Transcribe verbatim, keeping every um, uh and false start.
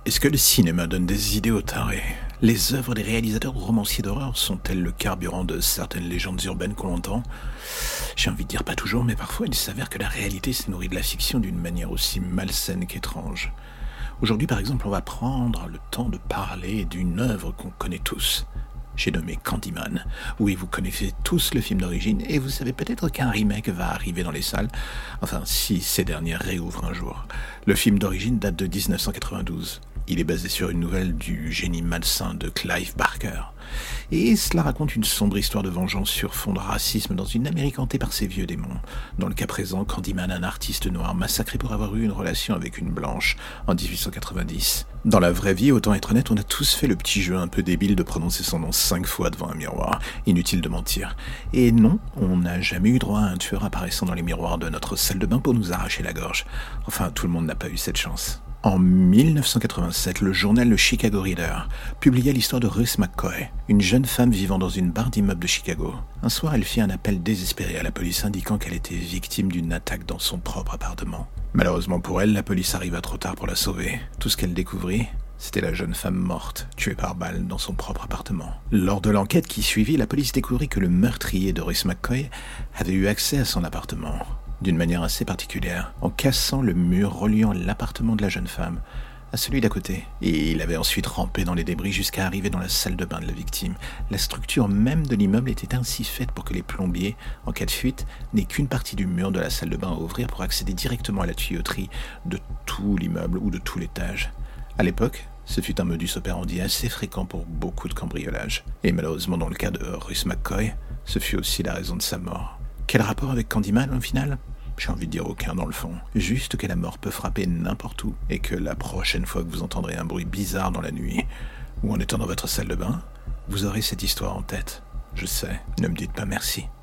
Est-ce que le cinéma donne des idées aux tarés? Les œuvres des réalisateurs romanciers d'horreur sont-elles le carburant de certaines légendes urbaines qu'on entend? J'ai envie de dire pas toujours, mais parfois il s'avère que la réalité se nourrit de la fiction d'une manière aussi malsaine qu'étrange. Aujourd'hui, par exemple, on va prendre le temps de parler d'une œuvre qu'on connaît tous. J'ai nommé Candyman. Oui, vous connaissez tous le film d'origine et vous savez peut-être qu'un remake va arriver dans les salles. Enfin, si ces dernières réouvrent un jour. Le film d'origine date de dix-neuf cent quatre-vingt-douze. Il est basé sur une nouvelle du génie malsain de Clive Barker. Et cela raconte une sombre histoire de vengeance sur fond de racisme dans une Amérique hantée par ses vieux démons. Dans le cas présent, Candyman, un artiste noir massacré pour avoir eu une relation avec une blanche en dix-huit cent quatre-vingt-dix. Dans la vraie vie, autant être honnête, on a tous fait le petit jeu un peu débile de prononcer son nom cinq fois devant un miroir. Inutile de mentir. Et non, on n'a jamais eu droit à un tueur apparaissant dans les miroirs de notre salle de bain pour nous arracher la gorge. Enfin, tout le monde n'a pas eu cette chance. En dix-neuf cent quatre-vingt-sept, le journal Le Chicago Reader publia l'histoire de Ruth McCoy, une jeune femme vivant dans une barre d'immeubles de Chicago. Un soir, elle fit un appel désespéré à la police indiquant qu'elle était victime d'une attaque dans son propre appartement. Malheureusement pour elle, la police arriva trop tard pour la sauver. Tout ce qu'elle découvrit, c'était la jeune femme morte, tuée par balle dans son propre appartement. Lors de l'enquête qui suivit, la police découvrit que le meurtrier de Ruth McCoy avait eu accès à son appartement, d'une manière assez particulière, en cassant le mur reliant l'appartement de la jeune femme à celui d'à côté. Et il avait ensuite rampé dans les débris jusqu'à arriver dans la salle de bain de la victime. La structure même de l'immeuble était ainsi faite pour que les plombiers, en cas de fuite, n'aient qu'une partie du mur de la salle de bain à ouvrir pour accéder directement à la tuyauterie de tout l'immeuble ou de tout l'étage. À l'époque, ce fut un modus operandi assez fréquent pour beaucoup de cambriolages. Et malheureusement, dans le cas de Ruth McCoy, ce fut aussi la raison de sa mort. Quel rapport avec Candyman au final ? J'ai envie de dire aucun dans le fond. Juste que la mort peut frapper n'importe où et que la prochaine fois que vous entendrez un bruit bizarre dans la nuit ou en étant dans votre salle de bain, vous aurez cette histoire en tête. Je sais, ne me dites pas merci.